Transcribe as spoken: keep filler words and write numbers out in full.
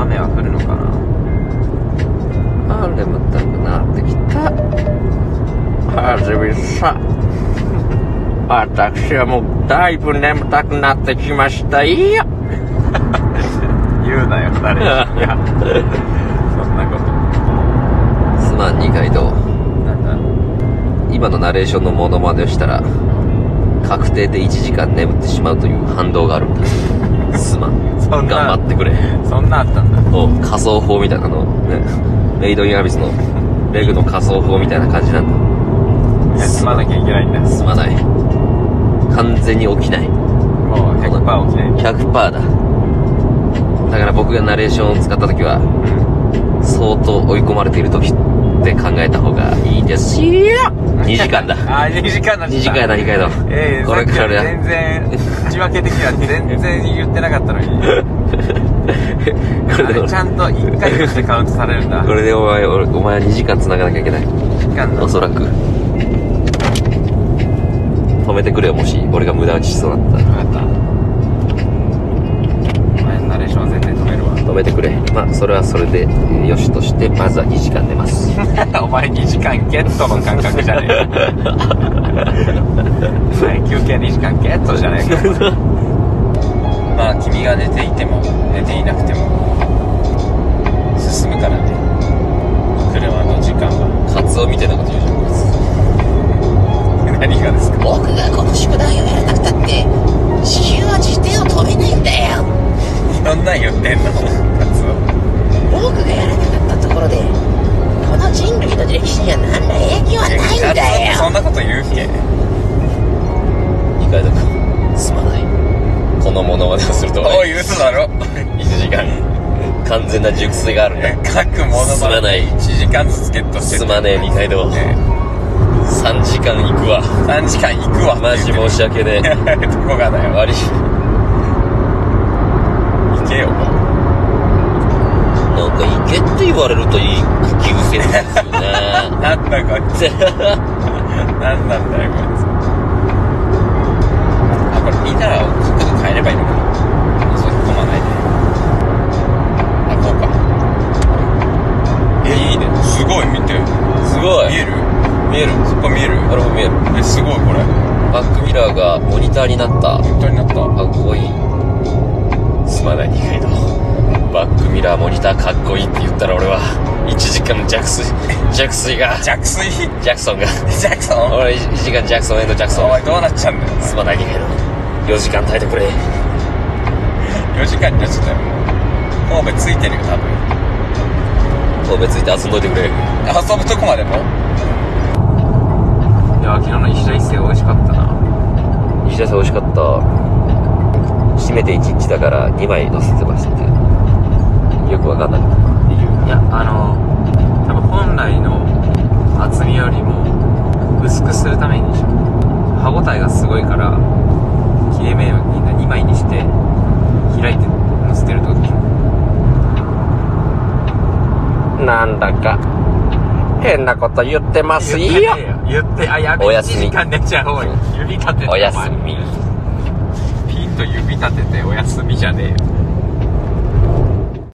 雨は降るのかな。 あ、眠たくなってきた。はじめさ、私はもうだいぶ眠たくなってきましたよ。 言うなよ、誰に。いや、そんなこと。 すまん、二階堂。 なんだ。 今のナレーションのモノマネをしたら確定でいちじかん眠ってしまうという反動があるんだ。すまん。 そんな頑張ってくれ。 そんなあったんだ。 お仮想法みたいなのね、メイドインアビスのレグの仮想法みたいな感じなんだ。 休まなきゃいけないんだ。 すまない。完全に起きない。 もう ひゃくパーセント 起きない。 ひゃくパーセント だ。だから僕がナレーションを使った時は相当追い込まれている時って考えた方がいいですよ。にじかんだ。 あー、にじかんだ。 にじかんだ、にかいだ。 ええー、 これからね全然内訳的には全然言ってなかったのに。 これであれちゃんといっかいとしてカウントされるんだ。 これでお前お前はにじかん繋がなきゃいけない。 にじかんだ。 おそらく止めてくれよ、もし俺が無駄打ちしそうだったら。 分かった。お前のナレーションは絶対止めるわ。 止めてくれ。まあそれはそれでよしとして、まずはにじかん寝ます。 お前にじかんゲットの感覚じゃねえか。お前休憩にじかんゲットじゃねえか。まあ君が寝ていても寝ていなくても進むからね、車の時間は。 カツオみたいなこと言うじゃん、こいつ。 何がですか。 僕がこの宿題をやらなくたって地球は自転を飛べないんだよ。 いろんなん言ってんの、カツオ。 僕がやらなかったところでこの人類の歴史には何ら影響はないんだカツオってそよ。 んなこと言うっけ。 二階堂君、すまない。このモノマネをするとおい、嘘だろ。 いちじかん完全な熟睡があるんだ。 各ものすまないいちじかんずつゲットしてすまねえ、二階堂。 ねさんじかん行くわ。 さんじかん行くわ。 マジ申し訳ねえ。 どこがだよ。 悪い。 行けよ。 なんか行けって言われるといい気癖ですよね。 なんだこいつ。なんなんだよこいつ。あ、これみんなを角度変えればいいのか。そう引っ込まないで。あ、こうか。え、いいね。すごい、見て。 すごい。 見える？ 見える。 そこ見える？ あれも見える。 え、すごいこれ。 バックミラーがモニターになった。 本当になった。 かっこいい。すまない、二階堂。バックミラーモニターかっこいいって言ったら俺はいちじかん弱水弱水が弱水ジャクソンがジャクソン。 俺いちじかんジャクソンエンドジャクソン。 おい、どうなっちゃうんだよ。 すまない、二階堂。よじかん耐えてくれ。 よじかんになっちゃったよ。神戸ついてるよ多分。 神戸ついて遊んどいてくれ。 遊ぶとこまでも。いや、昨日の石田一世美味しかったな。 石田さん美味しかった。締めていちにちだからにまい乗せてましたけど、よくわかんないっていう。 いや、あの多分本来の厚みよりも薄くするために歯応えがすごいから切れ目をみんなにまいにして開いて乗せてるってことでしょ。 なんだか変なこと言ってますよ。 言ってねえよ。言って、あ、やべえ、 おやすみいちじかん寝ちゃおうよ。指立てて。 おやすみ。 ピンと指立てておやすみじゃねえよ。